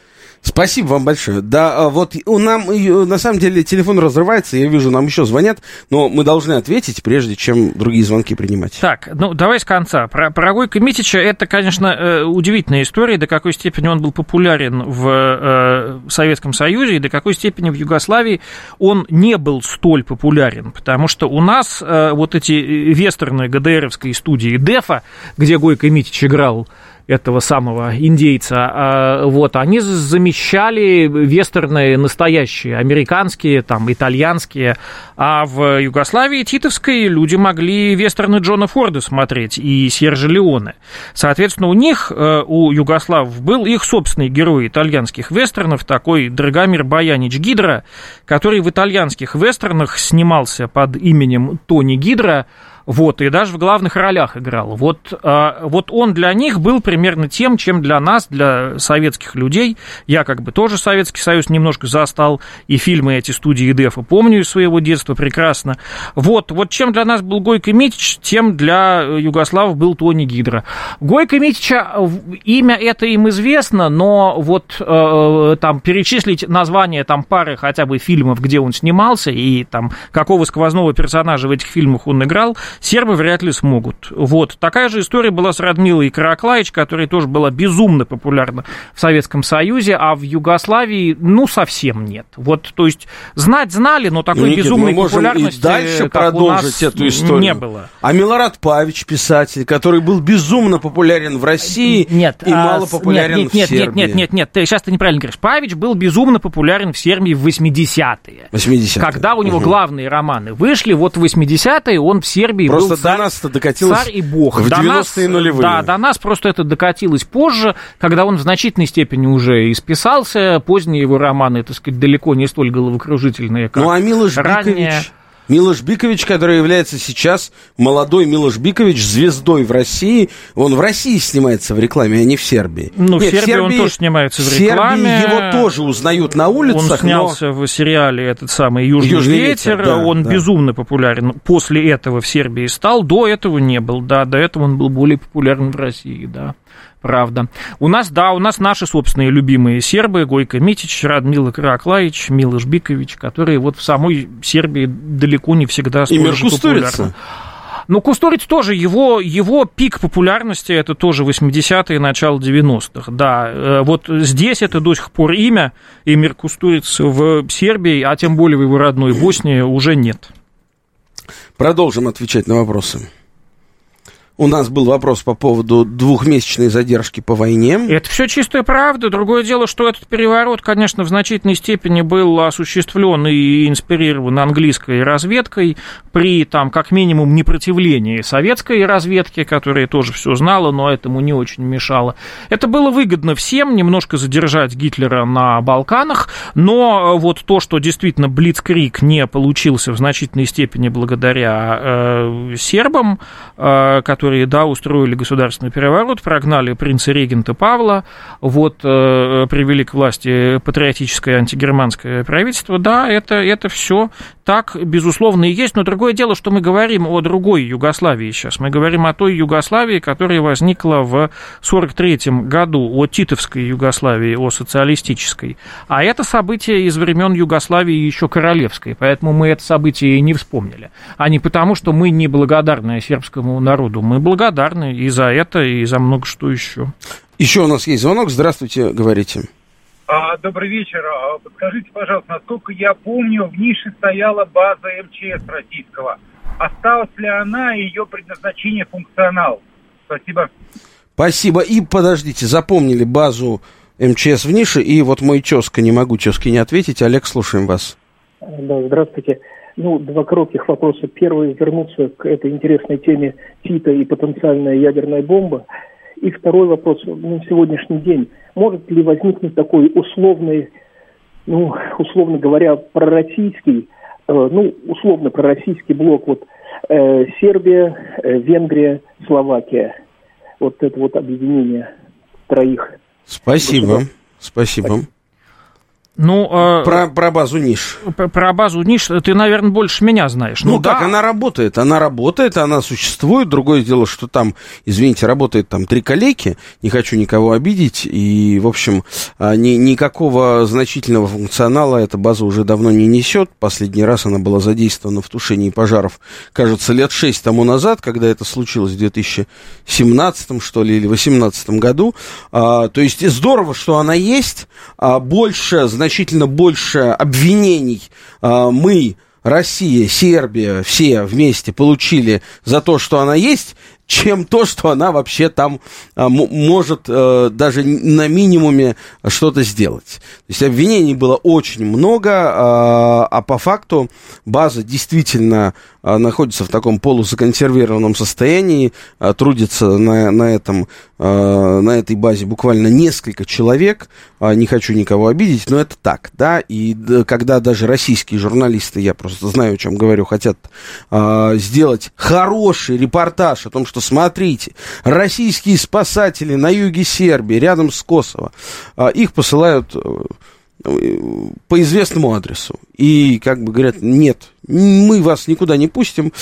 Speaker 2: Спасибо вам большое. Да, вот у нам, на самом деле, телефон разрывается, я вижу, нам еще звонят, но мы должны ответить, прежде чем другие звонки принимать.
Speaker 3: Так, ну, давай с конца. Про, про Гойко Митича, это, конечно, удивительная история, до какой степени он был популярен в э, Советском Союзе, и до какой степени в Югославии он не был столь популярен, потому что у нас э, вот эти вестерны ГДРовской студии ДЭФа, где Гойко Митич играл этого самого индейца, вот, они замещали вестерны настоящие, американские, там, итальянские, а в Югославии титовской люди могли вестерны Джона Форда смотреть и Сержа Леоне. Соответственно, у них, у югославов, был их собственный герой итальянских вестернов, такой Драгомир Боянич Гидра, который в итальянских вестернах снимался под именем Тони Гидра, вот, и даже в главных ролях играл. Вот, вот он для них был примерно тем, чем для нас, для советских людей. Я как бы тоже Советский Союз немножко застал, и фильмы эти студии ДЭФа помню из своего детства прекрасно. Вот, вот чем для нас был Гойко Митич, тем для югославов был Тони Гидра. Гойко Митича, имя это им известно, но вот э, там перечислить название там пары хотя бы фильмов, где он снимался, и там какого сквозного персонажа в этих фильмах он играл, сербы вряд ли смогут. Вот. Такая же история была с Радмилой Караклаич, которая тоже была безумно популярна в Советском Союзе, а в Югославии, ну, совсем нет. Вот, то есть, знать знали, но такой
Speaker 2: Никит,
Speaker 3: безумной популярности,
Speaker 2: и дальше
Speaker 3: как
Speaker 2: продолжить
Speaker 3: у нас,
Speaker 2: эту историю.
Speaker 3: Не было.
Speaker 2: А Милорад Павич, писатель, который был безумно популярен в России
Speaker 3: нет,
Speaker 2: и
Speaker 3: а,
Speaker 2: мало популярен
Speaker 3: нет,
Speaker 2: в
Speaker 3: нет,
Speaker 2: Сербии.
Speaker 3: Нет, нет, нет, нет, ты, сейчас ты неправильно говоришь. Павич был безумно популярен в Сербии в восьмидесятые.
Speaker 2: восьмидесятые.
Speaker 3: Когда у него угу. главные романы вышли, вот в восьмидесятые он в Сербии
Speaker 2: просто
Speaker 3: был царь,
Speaker 2: до нас это докатилось
Speaker 3: царь и бог.
Speaker 2: В
Speaker 3: до
Speaker 2: девяностые
Speaker 3: нас,
Speaker 2: нулевые.
Speaker 3: Да, до нас просто это докатилось позже, когда он в значительной степени уже исписался. Поздние его романы, так сказать, далеко не столь головокружительные, как
Speaker 2: ну, а Милош
Speaker 3: ранее.
Speaker 2: Бикович... Милош Бикович, который является сейчас молодой Милош Бикович, звездой в России. Он в России снимается в рекламе, а не в Сербии.
Speaker 3: Ну,
Speaker 2: Нет,
Speaker 3: в Сербии, Сербии он тоже снимается в рекламе.
Speaker 2: В Сербии его тоже узнают на улицах.
Speaker 3: Он снялся но... в сериале этот самый «Южный, Южный ветер». ветер да, он да. безумно популярен. После этого в Сербии стал, до этого не был. Да, до этого он был более популярен в России, да. Правда. У нас, да, у нас наши собственные любимые сербы, Гойко Митич, Радмила Караклаич, Милош Бикович, которые вот в самой Сербии далеко не всегда столь же популярны. Ну, Кустурица тоже, его, его пик популярности, это тоже восьмидесятые, начало девяностых, да. Вот здесь это до сих пор имя, Эмир Кустуриц в Сербии, а тем более в его родной Боснии уже нет.
Speaker 2: Продолжим отвечать на вопросы. У нас был вопрос по поводу двухмесячной задержки по войне.
Speaker 3: Это все чистая правда. Другое дело, что этот переворот, конечно, в значительной степени был осуществлен и инспирирован английской разведкой при, там, как минимум, непротивлении советской разведки, которая тоже все знала, но этому не очень мешало. Это было выгодно всем, немножко задержать Гитлера на Балканах, но вот то, что действительно блицкриг не получился в значительной степени благодаря э, сербам, э, которые которые, да, устроили государственный переворот, прогнали принца-регента Павла, вот, э, привели к власти патриотическое антигерманское правительство, да, это, это все так, безусловно, и есть, но другое дело, что мы говорим о другой Югославии сейчас, мы говорим о той Югославии, которая возникла в сорок третьем году, о титовской Югославии, о социалистической, а это событие из времен Югославии еще королевской, поэтому мы это событие и не вспомнили, а не потому, что мы неблагодарны сербскому народу, мы благодарны и за это, и за много что еще.
Speaker 2: Еще у нас есть звонок. Здравствуйте, говорите.
Speaker 6: А, добрый вечер. Подскажите, пожалуйста, насколько я помню, в нише стояла база эм че эс российского. Осталась ли она и ее предназначение, функционал? Спасибо.
Speaker 2: Спасибо. И подождите, запомнили базу эм че эс в нише, и вот мой тезка, не могу тезке не ответить. Олег, слушаем вас.
Speaker 5: Да, здравствуйте. Ну, два коротких вопроса. Первый, вернуться к этой интересной теме Тита и потенциальная ядерная бомба. И второй вопрос, на сегодняшний день. Может ли возникнуть такой условный, ну, условно говоря, пророссийский, э, ну, условно пророссийский блок, вот, э, Сербия, э, Венгрия, Словакия. Вот это вот объединение троих.
Speaker 2: Спасибо. Спасибо.
Speaker 3: Ну, э,
Speaker 2: про, про базу Ниш.
Speaker 3: Про, про базу Ниш ты, наверное, больше меня знаешь.
Speaker 2: Ну,
Speaker 3: ну
Speaker 2: как,
Speaker 3: да.
Speaker 2: она работает, она работает, она существует. Другое дело, что там, извините, работает там три коллеги, не хочу никого обидеть, и, в общем, ни, никакого значительного функционала эта база уже давно не несет. Последний раз она была задействована в тушении пожаров, кажется, лет шесть тому назад, когда это случилось в две тысячи семнадцатом, что ли, или две тысячи восемнадцатом году. А, то есть здорово, что она есть, а больше, значительно больше обвинений а, мы, Россия, Сербия, все вместе получили за то, что она есть, чем то, что она вообще там а, м- может а, даже на минимуме что-то сделать. То есть обвинений было очень много, а, а по факту база действительно а, находится в таком полузаконсервированном состоянии, а, трудится на, на, этом, а, на этой базе буквально несколько человек, а, не хочу никого обидеть, но это так, да, и да, когда даже российские журналисты, я просто знаю, о чем говорю, хотят а, сделать хороший репортаж о том, что, смотрите, российские спасатели на юге Сербии, рядом с Косово, их посылают по известному адресу. И, как бы говорят, нет, мы вас никуда не пустим,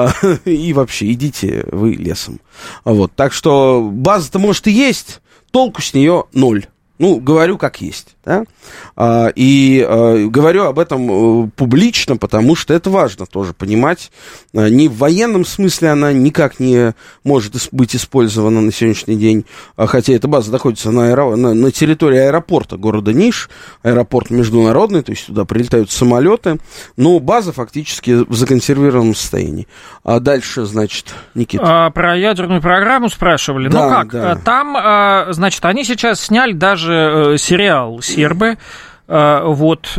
Speaker 2: и вообще идите вы лесом. Вот. Так что база-то, может, и есть, толку с нее ноль. Ну, говорю, как есть, да, а, и а, говорю об этом а, публично, потому что это важно тоже понимать. А, не в военном смысле она никак не может ис- быть использована на сегодняшний день, а, хотя эта база находится на, аэро... на, на территории аэропорта города Ниш, аэропорт международный, то есть туда прилетают самолеты, но база фактически в законсервированном состоянии. А дальше, значит, Никита.
Speaker 3: А, про ядерную программу спрашивали.
Speaker 2: Да,
Speaker 3: ну как,
Speaker 2: да.
Speaker 3: там, а, значит, они сейчас сняли даже сериал «Сербы», вот,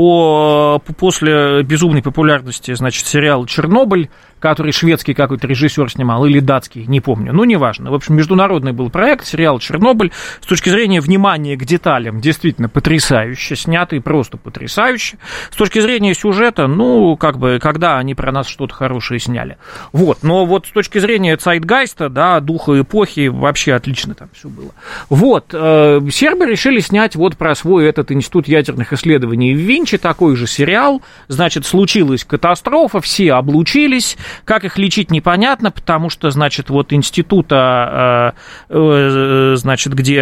Speaker 3: по, после безумной популярности, значит, сериала «Чернобыль», который шведский какой-то режиссер снимал, или датский, не помню, ну, неважно. В общем, международный был проект, сериал «Чернобыль». С точки зрения внимания к деталям, действительно потрясающе, снятый просто потрясающе. С точки зрения сюжета, ну, как бы, когда они про нас что-то хорошее сняли. Вот, но вот с точки зрения цайтгайста, да, духа эпохи, вообще отлично там все было. Вот, э, сербы решили снять вот про свой этот институт ядерных исследований в Винчи, такой же сериал. Значит, случилась катастрофа, все облучились. Как их лечить, непонятно, потому что, значит, вот института, значит, где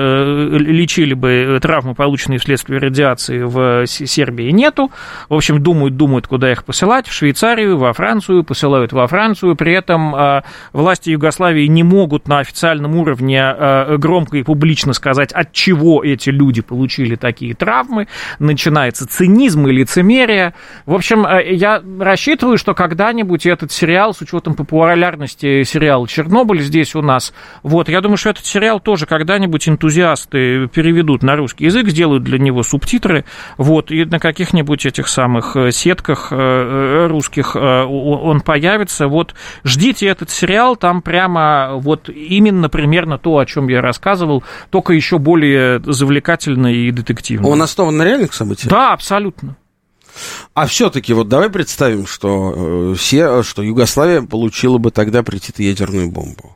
Speaker 3: лечили бы травмы, полученные вследствие радиации, в Сербии нету. В общем, думают, думают, куда их посылать. В Швейцарию, во Францию, посылают во Францию. При этом власти Югославии не могут на официальном уровне громко и публично сказать, от чего эти люди получили такие травмы. Начинается цинизм и лицемерие. В общем, я рассчитываю, что когда-нибудь этот сериал, с учетом популярности сериала «Чернобыль» здесь у нас, вот, я думаю, что этот сериал тоже когда-нибудь энтузиасты переведут на русский язык, сделают для него субтитры, вот, и на каких-нибудь этих самых сетках русских он появится, вот, ждите этот сериал, там прямо вот именно примерно то, о чем я рассказывал, только еще более завлекательно и детективно.
Speaker 2: Он основан на реальных событиях?
Speaker 3: Да, абсолютно.
Speaker 2: А все-таки вот давай представим, что, э, все, что Югославия получила бы тогда ядерную бомбу.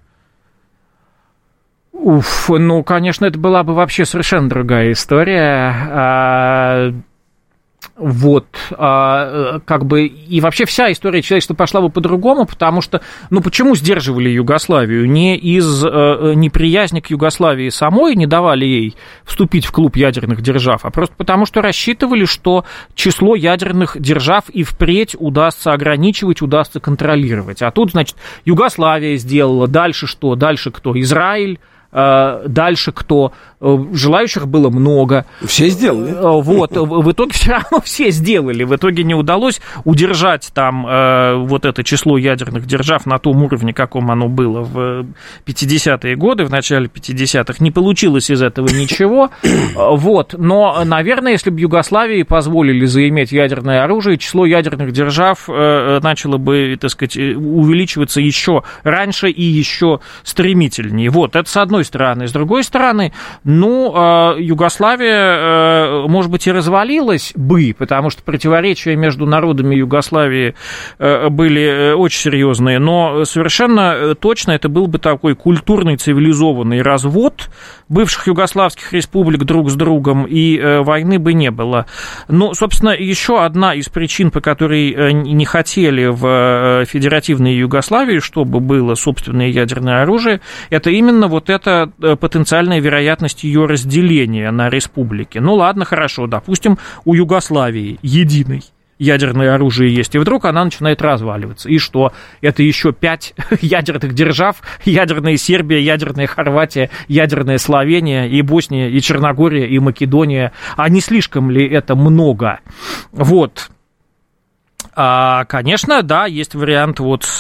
Speaker 3: Уф, ну, конечно, это была бы вообще совершенно другая история. А, вот, а, как бы, и вообще вся история человечества пошла бы по-другому, потому что, ну, почему сдерживали Югославию? Не из а, неприязни к Югославии самой, не давали ей вступить в клуб ядерных держав, а просто потому, что рассчитывали, что число ядерных держав и впредь удастся ограничивать, удастся контролировать. А тут, значит, Югославия сделала, дальше что? Дальше кто? Израиль. Дальше кто? Желающих было много.
Speaker 2: Все сделали.
Speaker 3: Вот, в итоге все равно все сделали. В итоге не удалось удержать там вот это число ядерных держав на том уровне, каком оно было в пятидесятые годы, в начале пятидесятых. Не получилось из этого ничего. Вот, но, наверное, если бы Югославии позволили заиметь ядерное оружие, число ядерных держав начало бы, так сказать, увеличиваться еще раньше и еще стремительнее. Вот, это с одной стороны. С другой стороны, ну, Югославия, может быть, и развалилась бы, потому что противоречия между народами Югославии были очень серьезные, но совершенно точно это был бы такой культурный, цивилизованный развод бывших югославских республик друг с другом, и войны бы не было. Ну, собственно, еще одна из причин, по которой не хотели в федеративной Югославии, чтобы было собственное ядерное оружие, это именно вот эта потенциальная вероятность ее разделения на республики. Ну, ладно, хорошо, допустим, у Югославии единой ядерное оружие есть, и вдруг она начинает разваливаться. И что? Это еще пять ядерных держав: ядерная Сербия, ядерная Хорватия, ядерная Словения, и Босния, и Черногория, и Македония. А не слишком ли это много? Вот. А, конечно, да, есть вариант вот с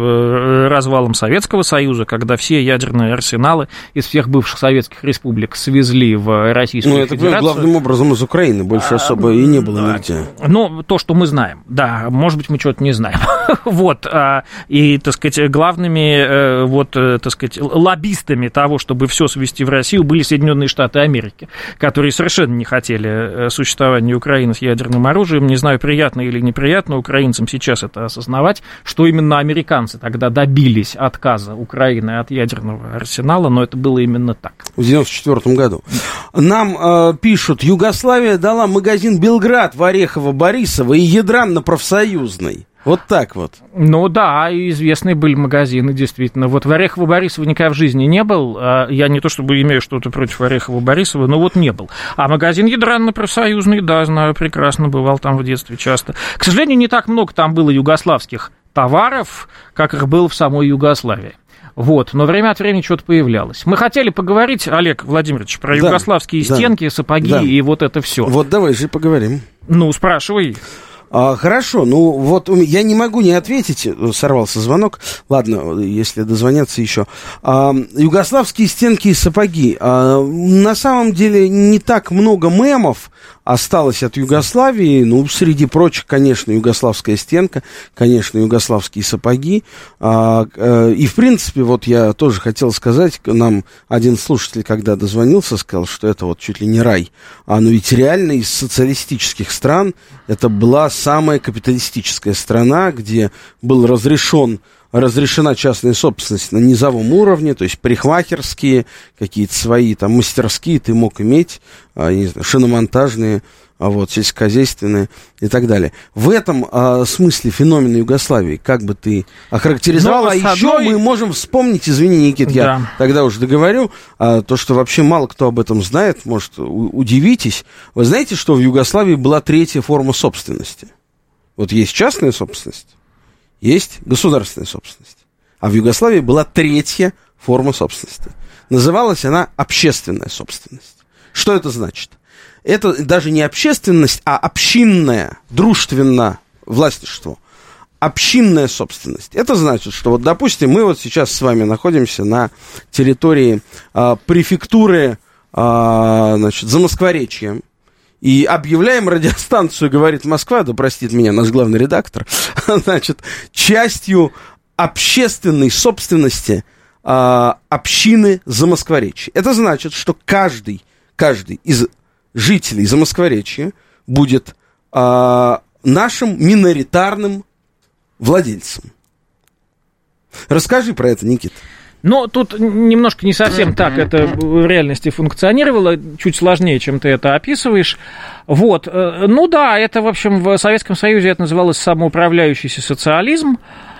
Speaker 3: развалом Советского Союза, когда все ядерные арсеналы из всех бывших советских республик свезли в Российскую ну, Федерацию. Ну, это
Speaker 2: главным образом из Украины, больше особо а, и не было нигде.
Speaker 3: Ну, то, что мы знаем, да, может быть, мы чего-то не знаем. Вот, и, так сказать, главными, вот, так сказать, лоббистами того, чтобы все свести в Россию, были Соединенные Штаты Америки, которые совершенно не хотели существования Украины с ядерным оружием. Не знаю, приятно или неприятно украинцам сейчас это осознавать, что именно американцы тогда добились отказа Украины от ядерного арсенала, но это было именно так.
Speaker 2: В девяносто четвёртом году. Нам э, пишут, Югославия дала магазин «Белград» в Орехово-Борисово и Ядран на Профсоюзной. Вот так вот.
Speaker 3: Ну да, известные были магазины, действительно. Вот в Орехово-Борисово никогда в жизни не был. Я не то чтобы имею что-то против Орехово-Борисова, но вот не был. А магазин Ядран на Профсоюзной, да, знаю прекрасно, бывал там в детстве часто. К сожалению, не так много там было югославских товаров, как их было в самой Югославии. Вот, но время от времени что-то появлялось. Мы хотели поговорить, Олег Владимирович, про да, югославские да, стенки, сапоги да. и вот это все.
Speaker 2: Вот давай же поговорим.
Speaker 3: Ну, спрашивай.
Speaker 2: А, хорошо, ну вот я не могу не ответить, сорвался звонок, ладно, если дозвонятся еще. А, югославские стенки и сапоги. А, на самом деле не так много мемов осталось от Югославии, ну, среди прочих, конечно, югославская стенка, конечно, югославские сапоги. А, а, и, в принципе, вот я тоже хотел сказать, нам один слушатель, когда дозвонился, сказал, что это вот чуть ли не рай. А, ну ведь реально из социалистических стран это была самая капиталистическая страна, где был разрешен, разрешена частная собственность на низовом уровне, то есть парикмахерские, какие-то свои там мастерские ты мог иметь, а, не знаю, шиномонтажные, а вот, сельскохозяйственные и так далее. В этом а, смысле феномена Югославии, как бы ты охарактеризовал, а еще одной... мы можем вспомнить, извини, Никит, да. я тогда уже договорю, а, то, что вообще мало кто об этом знает, может, у- удивитесь. Вы знаете, что в Югославии была третья форма собственности? Вот есть частная собственность, есть государственная собственность. А в Югославии была третья форма собственности. Называлась она общественная собственность. Что это значит? Это даже не общественность, а общинное, дружественное властничество. Общинная собственность. Это значит, что вот, допустим, мы вот сейчас с вами находимся на территории а, префектуры, а, значит, Замоскворечья. И объявляем радиостанцию «Говорит Москва», да простит меня наш главный редактор, значит, частью общественной собственности а, общины Замоскворечья. Это значит, что каждый, каждый из жителей Замоскворечья будет а, нашим миноритарным владельцем. Расскажи про это, Никита.
Speaker 3: Но тут немножко не совсем так это в реальности функционировало, чуть сложнее, чем ты это описываешь. Вот, ну да, это, в общем, в Советском Союзе это называлось самоуправляющийся социализм.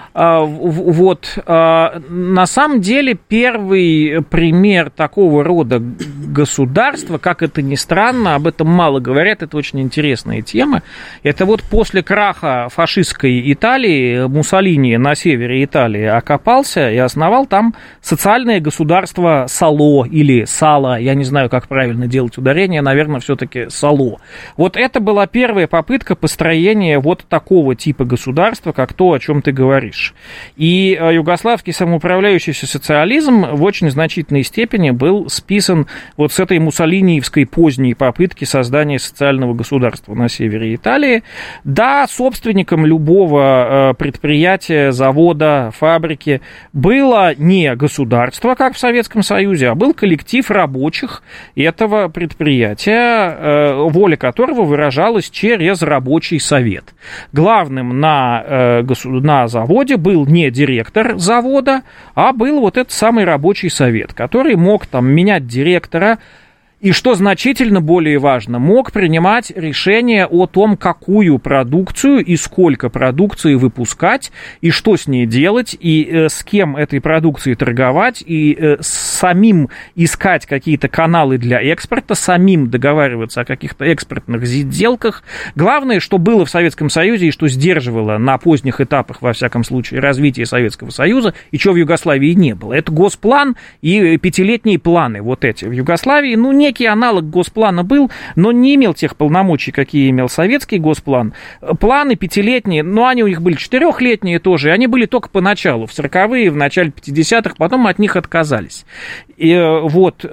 Speaker 3: Вот, на самом деле первый пример такого рода государства, как это ни странно, об этом мало говорят, это очень интересная тема. Это вот после краха фашистской Италии Муссолини на севере Италии окопался и основал там социальное государство Сало или Сало, я не знаю, как правильно делать ударение, наверное, все-таки Сало. Вот это была первая попытка построения вот такого типа государства, как то, о чем ты говоришь. дальше. И югославский самоуправляющийся социализм в очень значительной степени был списан вот с этой муссолиниевской поздней попытки создания социального государства на севере Италии. Да, собственником любого предприятия, завода, фабрики было не государство, как в Советском Союзе, а был коллектив рабочих этого предприятия, воля которого выражалась через рабочий совет. Главным на, на заводе был не директор завода, а был вот этот самый рабочий совет, который мог там менять директора, и, что значительно более важно, мог принимать решение о том, какую продукцию и сколько продукции выпускать, и что с ней делать, и э, с кем этой продукцией торговать, и э, самим искать какие-то каналы для экспорта, самим договариваться о каких-то экспортных сделках. Главное, что было в Советском Союзе и что сдерживало на поздних этапах, во всяком случае, развитие Советского Союза, и чего в Югославии не было. Это госплан и пятилетние планы вот эти. В Югославии, ну, не некий аналог госплана был, но не имел тех полномочий, какие имел советский госплан. Планы пятилетние, но они у них были четырехлетние тоже, и они были только поначалу, в сороковые, в начале пятидесятых, потом от них отказались. И, вот,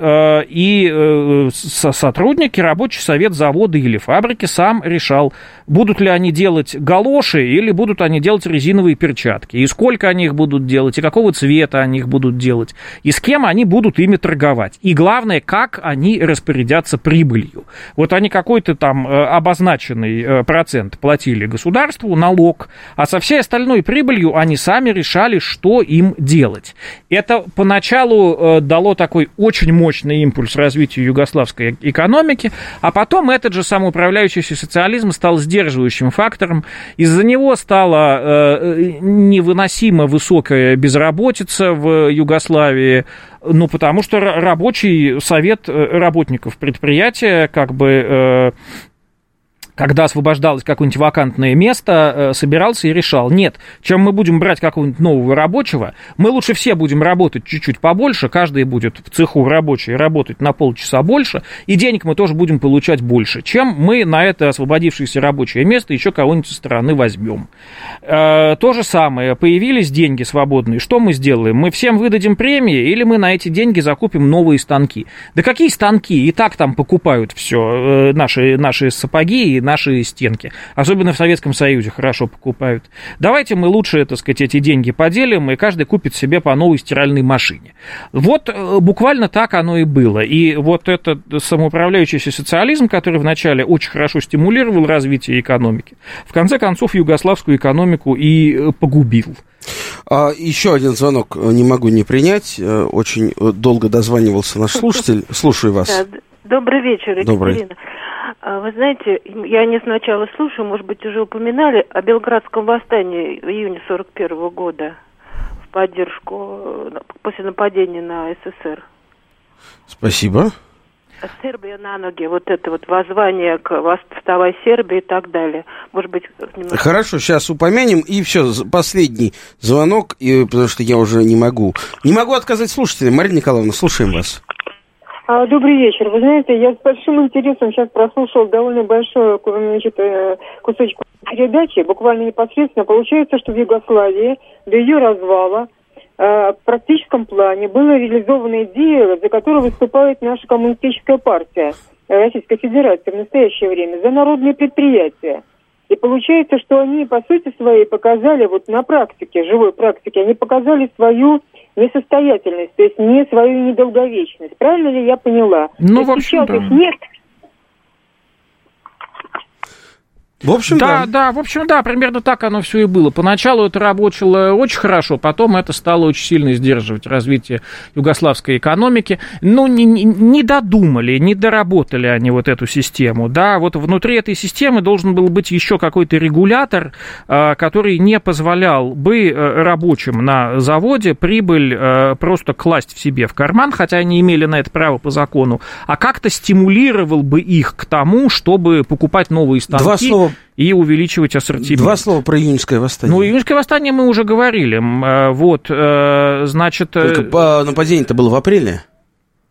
Speaker 3: и сотрудники, рабочий совет завода или фабрики сам решал, будут ли они делать галоши или будут они делать резиновые перчатки, и сколько они их будут делать, и какого цвета они их будут делать, и с кем они будут ими торговать. И главное, как они распорядятся прибылью. Вот они какой-то там обозначенный процент платили государству, налог, а со всей остальной прибылью они сами решали, что им делать. Это поначалу дало такой очень мощный импульс развитию югославской экономики, а потом этот же самоуправляющийся социализм стал сдерживающим фактором. Из-за него стала невыносимо высокая безработица в Югославии, ну, потому что рабочий совет работников предприятия, как бы, когда освобождалось какое-нибудь вакантное место, собирался и решал, нет, чем мы будем брать какого-нибудь нового рабочего, мы лучше все будем работать чуть-чуть побольше, каждый будет в цеху рабочий работать на полчаса больше, и денег мы тоже будем получать больше, чем мы на это освободившееся рабочее место еще кого-нибудь со стороны возьмем. То же самое, появились деньги свободные, что мы сделаем? Мы всем выдадим премии, или мы на эти деньги закупим новые станки? Да какие станки? И так там покупают все, наши, наши сапоги и наши стенки. Особенно в Советском Союзе хорошо покупают. Давайте мы лучше, так сказать, эти деньги поделим, и каждый купит себе по новой стиральной машине. Вот буквально так оно и было. И вот этот самоуправляющийся социализм, который вначале очень хорошо стимулировал развитие экономики, в конце концов югославскую экономику и погубил.
Speaker 2: Еще один звонок не могу не принять. Очень долго дозванивался наш слушатель. Слушаю вас.
Speaker 7: Добрый вечер, Екатерина. Добрый. Вы знаете, я не сначала слушаю, может быть, уже упоминали о Белградском восстании в июне сорок первого года в поддержку после нападения на СССР.
Speaker 2: Спасибо.
Speaker 7: Сербия на ноги, вот это вот воззвание к «Вставай, Сербия» и так далее. Может быть, немножко... Хорошо,
Speaker 2: сейчас упомянем, и все, последний звонок, и, потому что я уже не могу. Не могу отказать слушателям. Марина Николаевна, слушаем вас.
Speaker 8: Добрый вечер. Вы знаете, я с большим интересом сейчас прослушал довольно большой, значит, кусочек передачи, буквально непосредственно. Получается, что в Югославии до ее развала в практическом плане была реализована идея, за которую выступает наша коммунистическая партия Российской Федерации в настоящее время, за народные предприятия. И получается, что они, по сути своей, показали вот на практике, живой практике, они показали свою несостоятельность, то есть не свою недолговечность. Правильно ли я поняла?
Speaker 3: Ну, в общем, да. Их нет.
Speaker 2: В общем,
Speaker 3: да, да, да, в общем, да, примерно так оно все и было. Поначалу это работало очень хорошо, потом это стало очень сильно сдерживать развитие югославской экономики. Ну, не, не додумали, не доработали они вот эту систему, да, вот внутри этой системы должен был быть еще какой-то регулятор, который не позволял бы рабочим на заводе прибыль просто класть в себе в карман, хотя они имели на это право по закону, а как-то стимулировал бы их к тому, чтобы покупать новые станки.
Speaker 2: Два слова.
Speaker 3: И увеличивать ассортимент.
Speaker 2: Два слова про июньское восстание.
Speaker 3: Ну, июньское восстание мы уже говорили. Вот, значит...
Speaker 2: Только нападение-то было в апреле?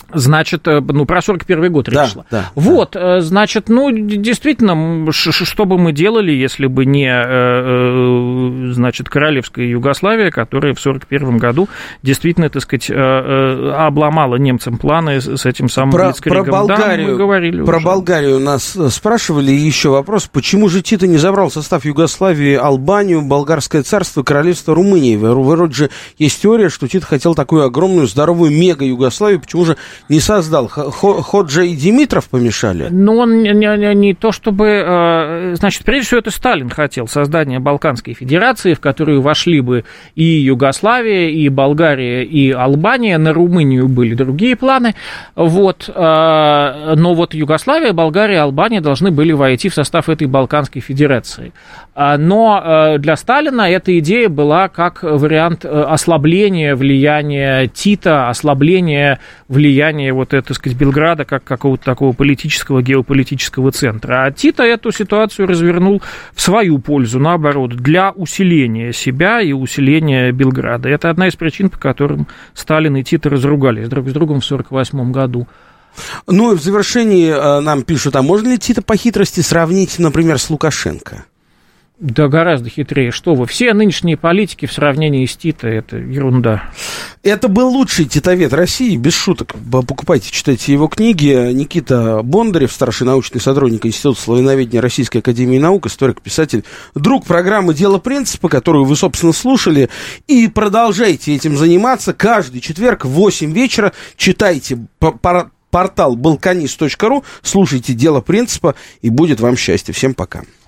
Speaker 3: Значит, ну, про сорок первый год речь
Speaker 2: да,
Speaker 3: шла.
Speaker 2: Да,
Speaker 3: вот,
Speaker 2: да.
Speaker 3: Значит, ну, действительно, что бы мы делали, если бы не, значит, королевская Югославия, которая в сорок первом году действительно, так сказать, обломала немцам планы с этим самым
Speaker 2: про,
Speaker 3: Блицкригом.
Speaker 2: Про Болгарию,
Speaker 3: да, мы говорили
Speaker 2: про
Speaker 3: уже.
Speaker 2: Болгарию нас спрашивали, и еще вопрос, почему же Тито не забрал в состав Югославии Албанию, Болгарское царство, королевство Румынии? Вроде же есть теория, что Тито хотел такую огромную, здоровую мега-Югославию, почему же не создал? Ходжа и Димитров помешали?
Speaker 3: Ну, он не, не, не то чтобы... Значит, прежде всего, это Сталин хотел создания Балканской Федерации, в которую вошли бы и Югославия, и Болгария, и Албания. На Румынию были другие планы. Вот. Но вот Югославия, Болгария, Албания должны были войти в состав этой Балканской Федерации. Но для Сталина эта идея была как вариант ослабления влияния Тита, ослабления влияния вот, так сказать, Белграда как какого-то такого политического, геополитического центра. А Тито эту ситуацию развернул в свою пользу, наоборот, для усиления себя и усиления Белграда. Это одна из причин, по которым Сталин и Тито разругались друг с другом в сорок восьмом году.
Speaker 2: Ну и в завершении нам пишут, а можно ли Тито по хитрости сравнить, например, с Лукашенко?
Speaker 3: Да гораздо хитрее. Что вы? Все нынешние политики в сравнении с Тито – это ерунда.
Speaker 2: Это был лучший титовед России, без шуток. Покупайте, читайте его книги. Никита Бондарев, старший научный сотрудник Института славяноведения Российской академии наук, историк, писатель, друг программы «Дело принципа», которую вы, собственно, слушали. И продолжайте этим заниматься. Каждый четверг в восемь вечера читайте портал балканист точка ру, слушайте «Дело принципа», и будет вам счастье. Всем пока.